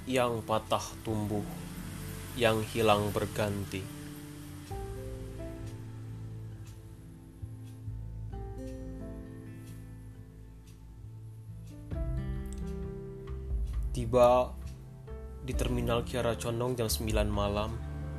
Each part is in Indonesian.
yang patah tumbuh, yang hilang berganti. Tiba di terminal Kiara Condong jam 9 malam.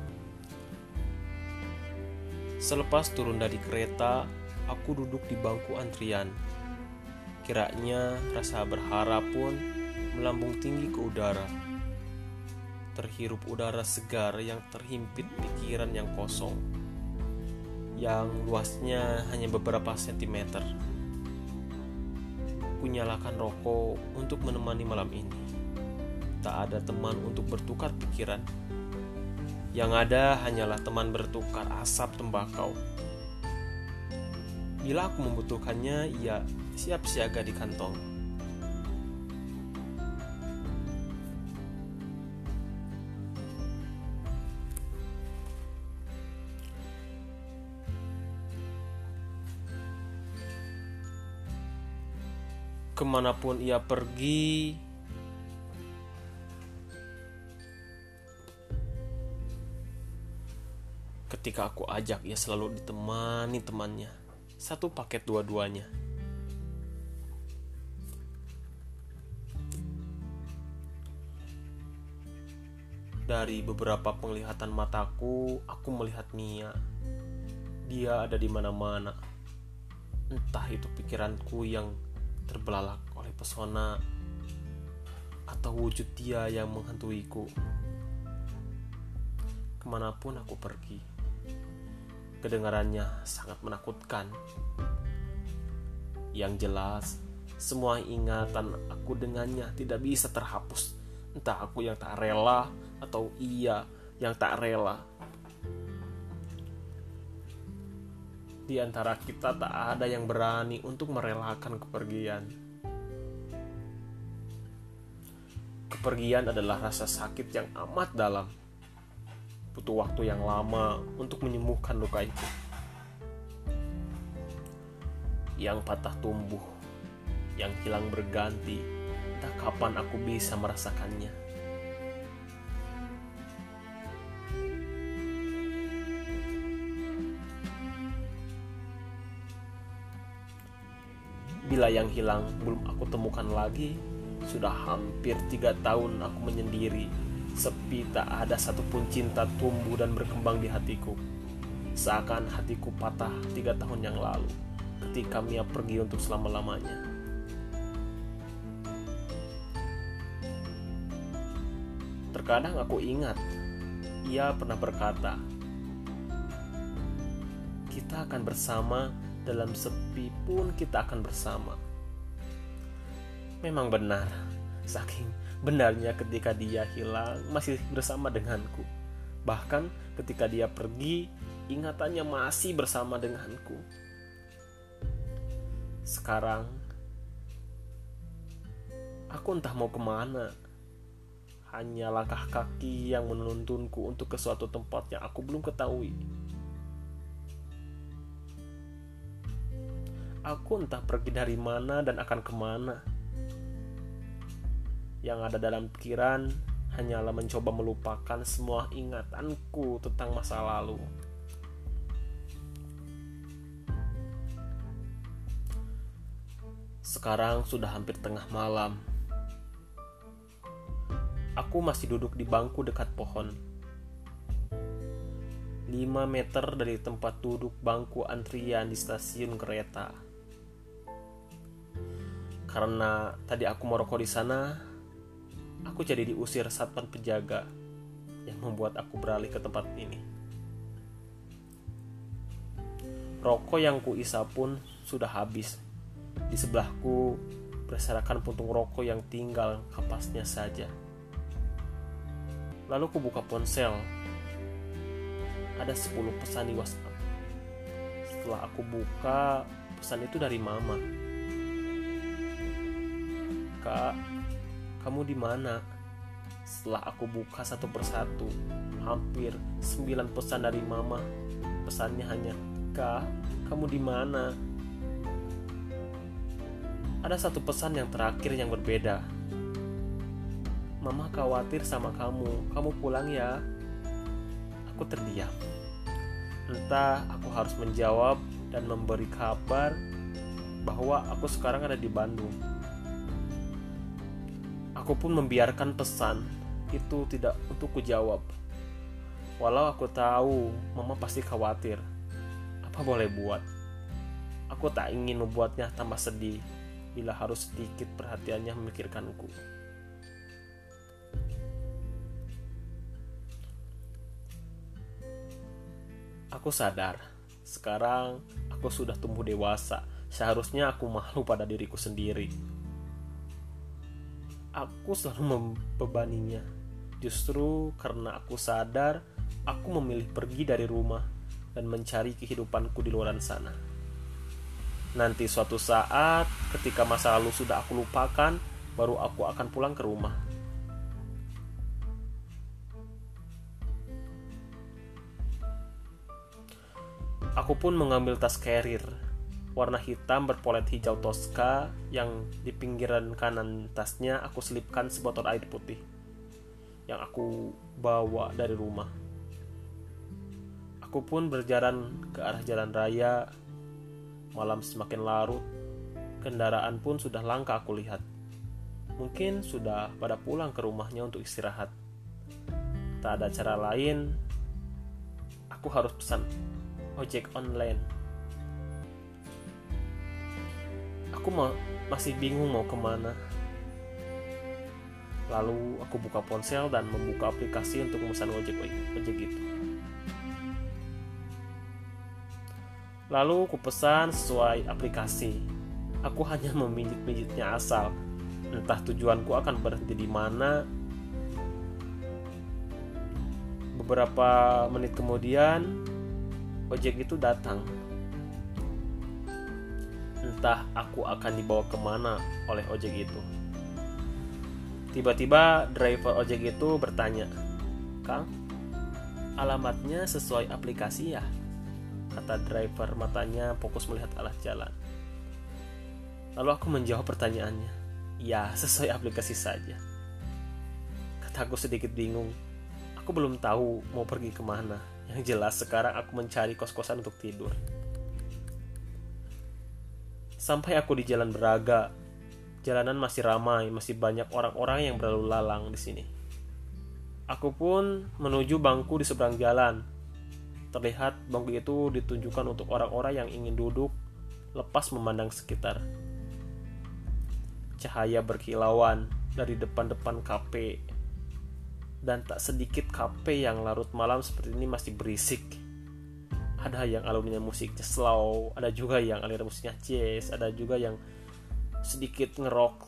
Selepas turun dari kereta, aku duduk di bangku antrian. Kiranya rasa berharap pun melambung tinggi ke udara. Terhirup udara segar yang terhimpit pikiran yang kosong, yang luasnya hanya beberapa sentimeter. Kunyalakan rokok untuk menemani malam ini. Tak ada teman untuk bertukar pikiran. Yang ada hanyalah teman bertukar asap tembakau. Bila aku membutuhkannya, ia siap siaga di kantong. Kemanapun ia pergi, ketika aku ajak, ia selalu ditemani temannya. Satu paket dua-duanya. Dari beberapa penglihatan mataku, aku melihat Mia. Dia ada di mana-mana. Entah itu pikiranku yang terbelalak oleh pesona, atau wujud dia yang menghantuiku. Kemanapun aku pergi, kedengarannya sangat menakutkan. Yang jelas, semua ingatan aku dengannya tidak bisa terhapus. Entah aku yang tak rela atau ia yang tak rela. Di antara kita tak ada yang berani untuk merelakan kepergian. Kepergian adalah rasa sakit yang amat dalam. Butuh waktu yang lama untuk menyembuhkan luka itu. Yang patah tumbuh, yang hilang berganti, entah kapan aku bisa merasakannya. Bila yang hilang belum aku temukan lagi, sudah hampir 3 tahun aku menyendiri, sepi, tak ada satupun cinta tumbuh dan berkembang di hatiku. Seakan hatiku patah 3 tahun yang lalu, ketika Mia pergi untuk selama-lamanya. Terkadang aku ingat, ia pernah berkata, kita akan bersama, dalam sepi pun kita akan bersama. Memang benar, saking benarnya ketika dia hilang masih bersama denganku. Bahkan ketika dia pergi, ingatannya masih bersama denganku. Sekarang, aku entah mau kemana. Hanya langkah kaki yang menuntunku untuk ke suatu tempat yang aku belum ketahui. Aku entah pergi dari mana dan akan kemana. Yang ada dalam pikiran hanyalah mencoba melupakan semua ingatanku tentang masa lalu. Sekarang sudah hampir tengah malam. Aku masih duduk di bangku dekat pohon. 5 meter dari tempat duduk bangku antrian di stasiun kereta. Karena tadi aku merokok di sana, aku jadi diusir satpam penjaga yang membuat aku beralih ke tempat ini. Rokok yang kuisap pun sudah habis. Di sebelahku berserakan puntung rokok yang tinggal kapasnya saja. Lalu kubuka ponsel. Ada 10 pesan di WhatsApp. Setelah aku buka, pesan itu dari Mama. Kak, kamu di mana? Setelah aku buka satu persatu, hampir 9 pesan dari Mama. Pesannya hanya, Kak, kamu di mana? Ada satu pesan yang terakhir yang berbeda. Mama khawatir sama kamu. Kamu pulang ya. Aku terdiam. Entah aku harus menjawab dan memberi kabar bahwa aku sekarang ada di Bandung. Aku pun membiarkan pesan itu tidak untuk kujawab. Walau aku tahu Mama pasti khawatir. Apa boleh buat? Aku tak ingin membuatnya tambah sedih bila harus sedikit perhatiannya memikirkanku. Aku sadar, sekarang aku sudah tumbuh dewasa. Seharusnya aku malu pada diriku sendiri. Aku selalu membebaninya. Justru karena aku sadar, aku memilih pergi dari rumah dan mencari kehidupanku di luar sana. Nanti suatu saat, ketika masa lalu sudah aku lupakan, baru aku akan pulang ke rumah. Aku pun mengambil tas carrier warna hitam berpolet hijau Tosca yang di pinggiran kanan tasnya aku selipkan sebotol air putih yang aku bawa dari rumah. Aku pun berjalan ke arah jalan raya. Malam semakin larut, kendaraan pun sudah langka aku lihat. Mungkin sudah pada pulang ke rumahnya untuk istirahat. Tak ada cara lain, aku harus pesan ojek online. Aku masih bingung mau kemana. Lalu aku buka ponsel dan membuka aplikasi untuk memesan ojek itu. Lalu aku pesan sesuai aplikasi. Aku hanya memijit-mijitnya asal. Entah tujuanku akan berhenti di mana. Beberapa menit kemudian, ojek itu datang. Entah aku akan dibawa kemana oleh ojek itu. Tiba-tiba driver ojek itu bertanya, "Kang, alamatnya sesuai aplikasi ya?" Kata driver, matanya fokus melihat arah jalan. Lalu aku menjawab pertanyaannya, "Ya, sesuai aplikasi saja." Kataku sedikit bingung. Aku belum tahu mau pergi kemana. Yang jelas sekarang aku mencari kos-kosan untuk tidur. Sampai aku di Jalan Braga. Jalanan masih ramai, masih banyak orang-orang yang berlalu lalang di sini. Aku pun menuju bangku di seberang jalan. Terlihat bangku itu ditunjukkan untuk orang-orang yang ingin duduk lepas memandang sekitar. Cahaya berkilauan dari depan-depan kafe. Dan tak sedikit kafe yang larut malam seperti ini masih berisik. Ada yang alurnya musiknya slow, ada juga yang aliran musiknya jazz, ada juga yang sedikit ngerok.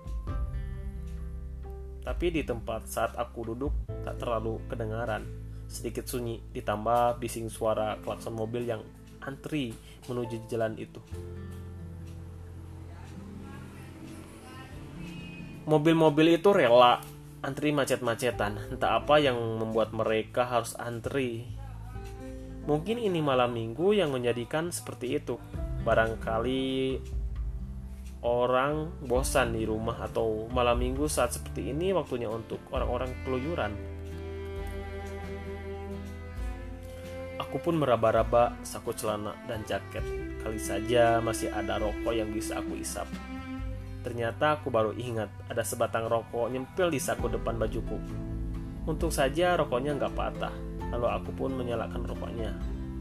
Tapi di tempat saat aku duduk tak terlalu kedengaran. Sedikit sunyi, ditambah bising suara klakson mobil yang antri menuju jalan itu. Mobil-mobil itu rela antri macet-macetan. Entah apa yang membuat mereka harus antri. Mungkin ini malam minggu yang menjadikan seperti itu. Barangkali orang bosan di rumah, atau malam minggu saat seperti ini waktunya untuk orang-orang keluyuran. Aku pun meraba-raba saku celana dan jaket. Kali saja masih ada rokok yang bisa aku isap. Ternyata aku baru ingat ada sebatang rokok nyempil di saku depan bajuku. Untung saja rokoknya nggak patah. Lalu aku pun menyalakan rokoknya.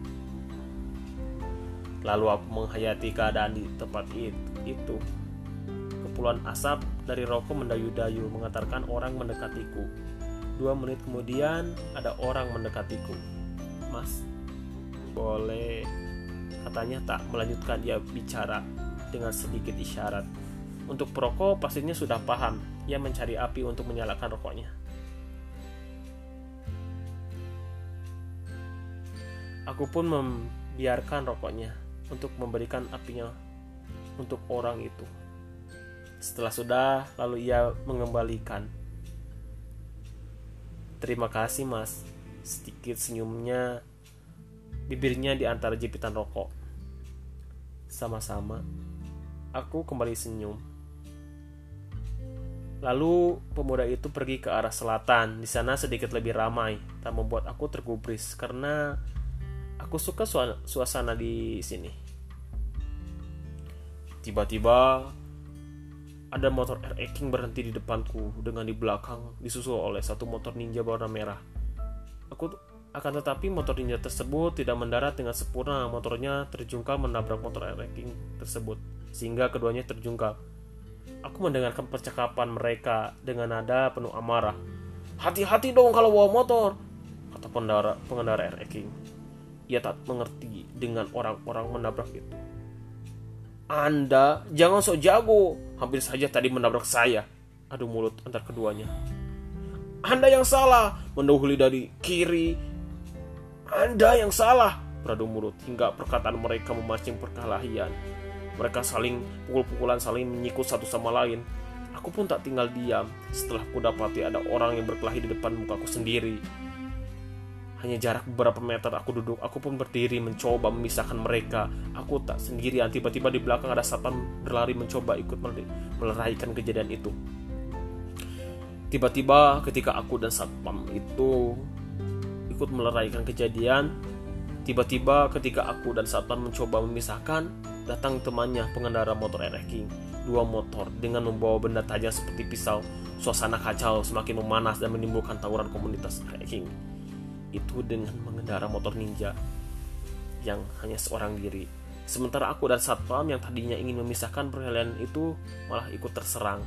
Lalu aku menghayati keadaan di tempat itu. Kepulan asap dari rokok mendayu-dayu mengantarkan orang mendekatiku. 2 menit kemudian ada orang mendekatiku. "Mas, boleh?" Katanya tak melanjutkan, dia bicara dengan sedikit isyarat. Untuk perokok pastinya sudah paham. Ia mencari api untuk menyalakan rokoknya. Aku pun membiarkan rokoknya untuk memberikan apinya untuk orang itu. Setelah sudah, lalu ia mengembalikan. "Terima kasih, Mas." Sedikit senyumnya, bibirnya di antara jepitan rokok. "Sama-sama." Aku kembali senyum. Lalu pemuda itu pergi ke arah selatan. Di sana sedikit lebih ramai, tak membuat aku tergubris karena aku suka suasana di sini. Tiba-tiba ada motor RX King berhenti di depanku dengan di belakang disusul oleh satu motor ninja berwarna merah. Akan tetapi motor ninja tersebut tidak mendarat dengan sempurna. Motornya terjungkal menabrak motor RX King tersebut sehingga keduanya terjungkal. Aku mendengarkan percakapan mereka dengan nada penuh amarah. "Hati-hati dong kalau bawa motor," kata pengendara RX King. Ia tak mengerti dengan orang-orang menabrak itu. "Anda jangan sok jago, hampir saja tadi menabrak saya," adu mulut antar keduanya. "Anda yang salah," mendahului dari kiri. "Anda yang salah," beradu mulut hingga perkataan mereka memancing perkelahian. Mereka saling pukul-pukulan, saling menyikut satu sama lain. Aku pun tak tinggal diam setelah ku dapati ada orang yang berkelahi di depan mukaku sendiri. Hanya jarak beberapa meter aku duduk. Aku pun berdiri mencoba memisahkan mereka. Aku tak sendirian. Tiba-tiba di belakang ada satpam berlari mencoba ikut meleraikan kejadian itu. Tiba-tiba ketika aku dan satpam itu ikut meleraikan kejadian, tiba-tiba ketika aku dan satpam mencoba memisahkan, datang temannya pengendara motor RX King. Dua motor dengan membawa benda tajam seperti pisau. Suasana kacau semakin memanas dan menimbulkan tawuran komunitas RX King. Itu dengan mengendara motor ninja yang hanya seorang diri. Sementara aku dan satpam yang tadinya ingin memisahkan perkelahian itu malah ikut terserang.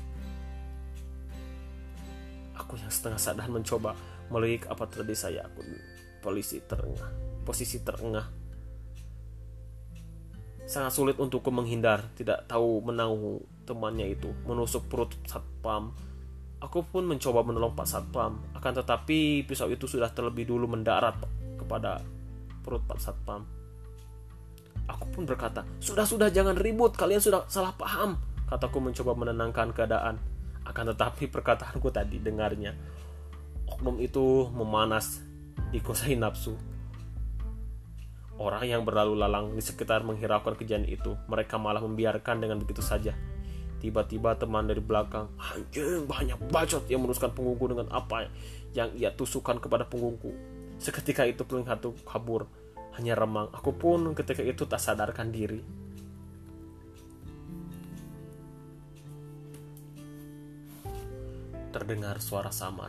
Aku yang setengah sadar mencoba melirik apa terjadi saya. Aku posisi terengah. Sangat sulit untukku menghindar, tidak tahu menahu temannya itu menusuk perut satpam. Aku pun mencoba menolong Pak Satpam, akan tetapi pisau itu sudah terlebih dulu mendarat kepada perut Pak Satpam. Aku pun berkata, Sudah, jangan ribut, kalian sudah salah paham," kataku mencoba menenangkan keadaan. Akan tetapi perkataanku tadi dengarnya. Oknum itu memanas, dikuasai nafsu. Orang yang berlalu lalang di sekitar menghiraukan kejadian itu. Mereka malah membiarkan dengan begitu saja. Tiba-tiba teman dari belakang, "Anjing, banyak bacot," yang menusukkan punggungku dengan apa yang ia tusukkan kepada punggungku. Seketika itu penglihatku kabur, hanya remang. Aku pun ketika itu tak sadarkan diri. Terdengar suara samar.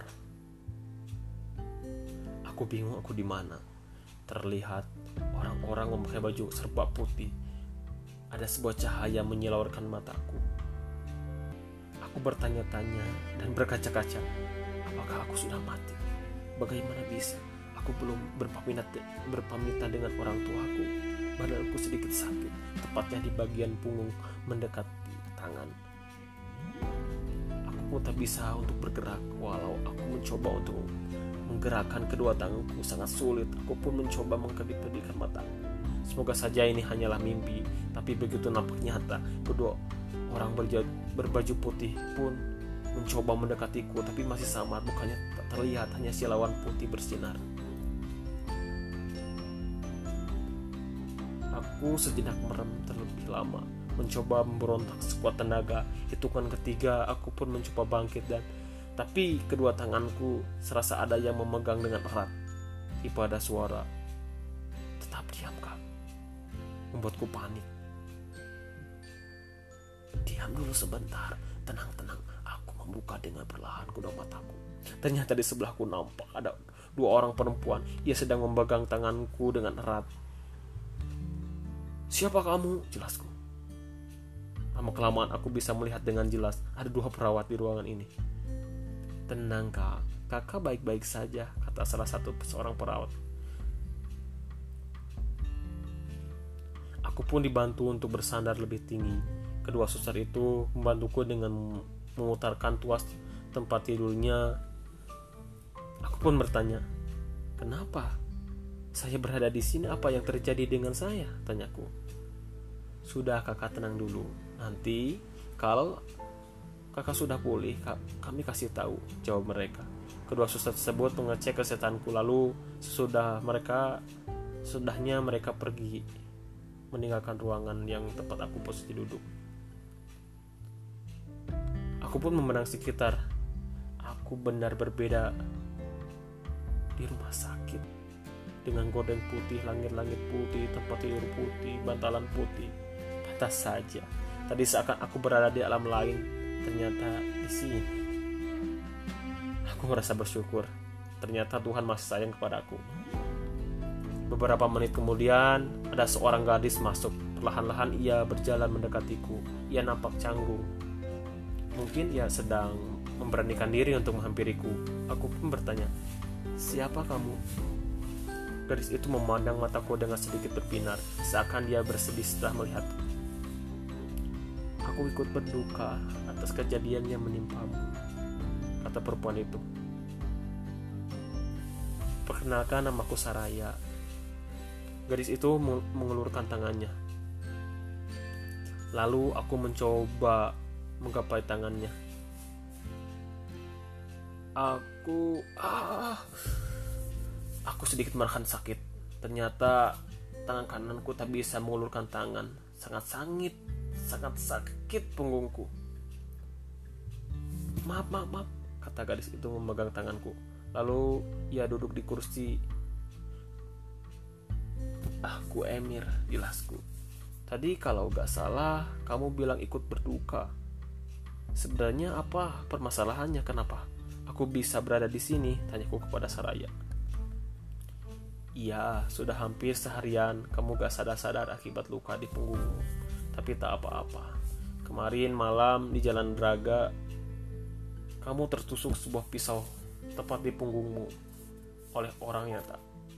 Aku bingung aku di mana. Terlihat orang-orang memakai baju serba putih. Ada sebuah cahaya menyilaukan mataku. Aku bertanya-tanya dan berkaca-kaca. Apakah aku sudah mati? Bagaimana bisa? Aku belum berpamitan dengan orang tuaku. Badanku sedikit sakit, tepatnya di bagian punggung mendekati tangan. Aku pun tak bisa untuk bergerak. Walau aku mencoba untuk menggerakkan kedua tanganku, sangat sulit. Aku pun mencoba mengkedip-kedipkan mataku. Semoga saja ini hanyalah mimpi, tapi begitu nampak nyata. Kedua orang berbaju putih pun mencoba mendekatiku, tapi masih samar. Mukanya tak terlihat, hanya silauan putih bersinar. Aku sejenak merem terlebih lama, mencoba memberontak sekuat tenaga. Hitungan ketiga, aku pun mencoba bangkit tapi kedua tanganku serasa ada yang memegang dengan erat. Tiba ada suara, "Tetap diam, Kak," membuatku panik. "Diam dulu sebentar, tenang. Aku membuka dengan perlahan kedua mataku. Ternyata di sebelahku nampak ada dua orang perempuan. Ia sedang memegang tanganku dengan erat. "Siapa kamu?" jelasku. Lama-kelamaan aku bisa melihat dengan jelas ada dua perawat di ruangan ini. "Tenang, Kak. Kakak baik-baik saja," kata salah satu seorang perawat. Aku pun dibantu untuk bersandar lebih tinggi. Kedua suster itu membantuku dengan memutarkan tuas tempat tidurnya. Aku pun bertanya, "Kenapa saya berada di sini? Apa yang terjadi dengan saya?" tanyaku. "Sudah, Kakak tenang dulu. Nanti kalau Kakak sudah pulih, kami kasih tahu," jawab mereka. Kedua suster tersebut mengecek kesehatanku, lalu sesudahnya mereka pergi meninggalkan ruangan yang tempat aku posisi duduk. Aku pun memandang sekitar. Aku benar berbeda di rumah sakit. Dengan gorden putih, langit-langit putih, tempat tidur putih, bantalan putih. Pantas saja. Tadi seakan aku berada di alam lain. Ternyata di sini. Aku merasa bersyukur. Ternyata Tuhan masih sayang kepadaku. Beberapa menit kemudian, ada seorang gadis masuk. Perlahan-lahan ia berjalan mendekatiku. Ia nampak canggung. Mungkin ia sedang memberanikan diri untuk menghampiriku. Aku pun bertanya, "Siapa kamu?" Gadis itu memandang mataku dengan sedikit berbinar, seakan dia bersedih setelah melihatku. "Aku ikut berduka atas kejadian yang menimpamu," kata perempuan itu. "Perkenalkan, namaku Saraya." Gadis itu mengelurkan tangannya. Lalu aku mencoba menggapai tangannya. Aku sedikit merasakan sakit. Ternyata tangan kananku tak bisa mengulurkan tangan. Sangat sakit punggungku. Maaf, kata gadis itu memegang tanganku. Lalu ia duduk di kursi. "Aku Emir," jelasku. "Tadi kalau gak salah kamu bilang ikut berduka. Sebenarnya apa permasalahannya? Kenapa aku bisa berada di sini?" tanyaku kepada Saraya. "Iya, sudah hampir seharian kamu gak sadar-sadar akibat luka di punggungmu. Tapi tak apa-apa. Kemarin malam di Jalan Draga, kamu tertusuk sebuah pisau tepat di punggungmu oleh orang yang tak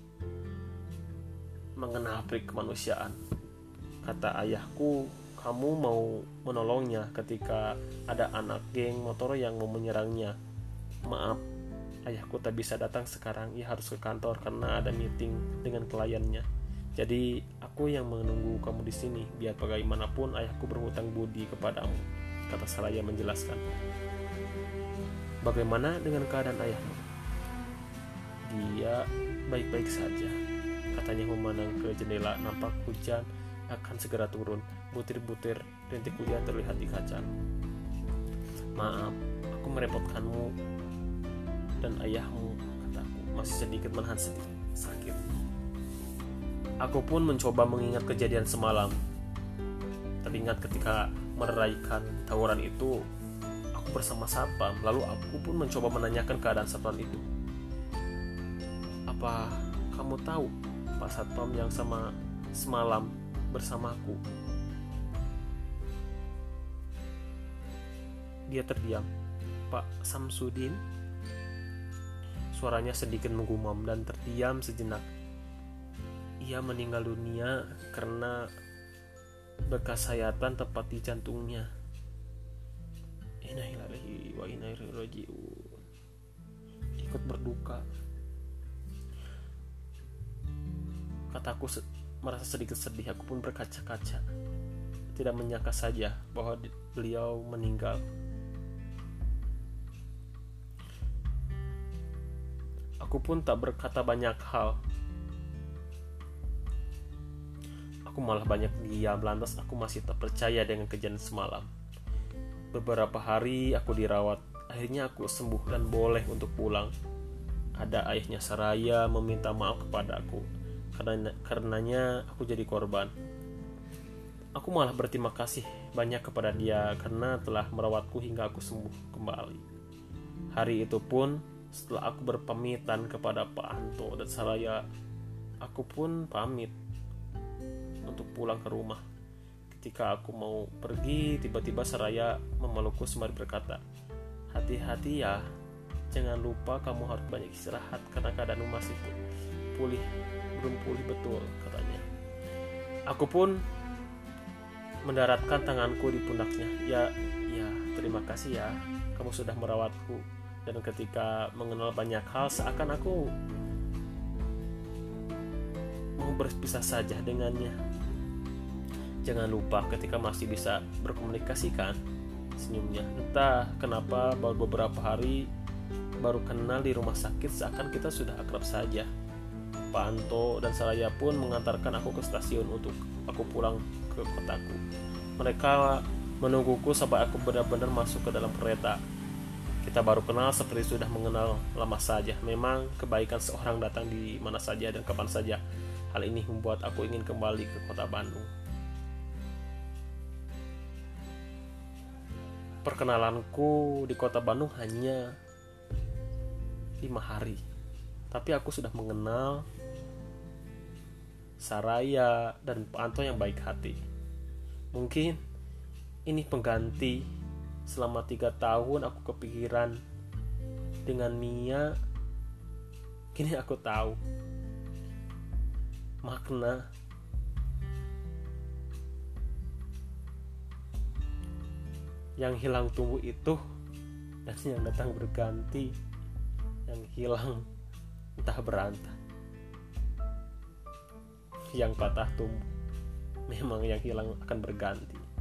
mengenal peri kemanusiaan. Kata ayahku, kamu mau menolongnya ketika ada anak geng motor yang mau menyerangnya. Maaf, ayahku tak bisa datang sekarang. Ia harus ke kantor karena ada meeting dengan kliennya. Jadi aku yang menunggu kamu di sini. Biar bagaimanapun ayahku berhutang budi kepadamu," kata Saraya menjelaskan. "Bagaimana dengan keadaan ayahmu?" "Dia baik-baik saja," katanya memandang ke jendela. Nampak hujan akan segera turun. Butir-butir rintik hujan terlihat di kaca. "Maaf, aku merepotkanmu dan ayahmu," kataku, masih sedikit menahan sakit. Aku pun mencoba mengingat kejadian semalam. Teringat ketika meraikan tawuran itu, aku bersama satpam. Lalu aku pun mencoba menanyakan keadaan satpam itu. "Apa kamu tahu Pak Satpam yang semalam bersamaku?" Dia terdiam. "Pak Samsudin?" Suaranya sedikit menggumam dan terdiam sejenak. "Ia meninggal dunia karena bekas sayatan tepat di jantungnya. Innalillahi wa inna ilaihi raji'un." Ikut berduka, kataku merasa sedikit sedih. Aku pun berkaca-kaca. Tidak menyangka saja bahwa beliau meninggal. Aku pun tak berkata banyak hal. Aku malah banyak diam. Lantas aku masih tak percaya dengan kejadian semalam. Beberapa hari aku dirawat. Akhirnya aku sembuh dan boleh untuk pulang. Ada ayahnya Saraya meminta maaf kepada aku. Karenanya aku jadi korban. Aku malah berterima kasih banyak kepada dia karena telah merawatku hingga aku sembuh kembali. Hari itu pun setelah aku berpamitan kepada Pak Anto dan Saraya, aku pun pamit untuk pulang ke rumah. Ketika aku mau pergi, tiba-tiba Saraya memelukku sembari berkata, "Hati-hati ya, jangan lupa kamu harus banyak istirahat karena keadaanmu masih belum pulih betul," katanya. Aku pun mendaratkan tanganku di pundaknya. Ya, terima kasih ya, kamu sudah merawatku. Dan ketika mengenal banyak hal, seakan aku mau berpisah saja dengannya. Jangan lupa ketika masih bisa berkomunikasikan, senyumnya. Entah kenapa baru beberapa hari baru kenal di rumah sakit, seakan kita sudah akrab saja. Pak Anto dan Saraya pun mengantarkan aku ke stasiun untuk aku pulang ke kotaku. Mereka menungguku sampai aku benar-benar masuk ke dalam kereta. Kita baru kenal seperti sudah mengenal lama saja. Memang kebaikan seorang datang di mana saja dan kapan saja. Hal ini membuat aku ingin kembali ke kota Bandung. Perkenalanku di kota Bandung hanya 5 hari, tapi aku sudah mengenal Saraya dan Pak Anto yang baik hati. Mungkin ini pengganti. Selama 3 tahun aku kepikiran dengan Mia. Kini aku tahu makna yang hilang tumbuh itu, dan yang datang berganti. Yang hilang entah berantah, yang patah tumbuh. Memang yang hilang akan berganti.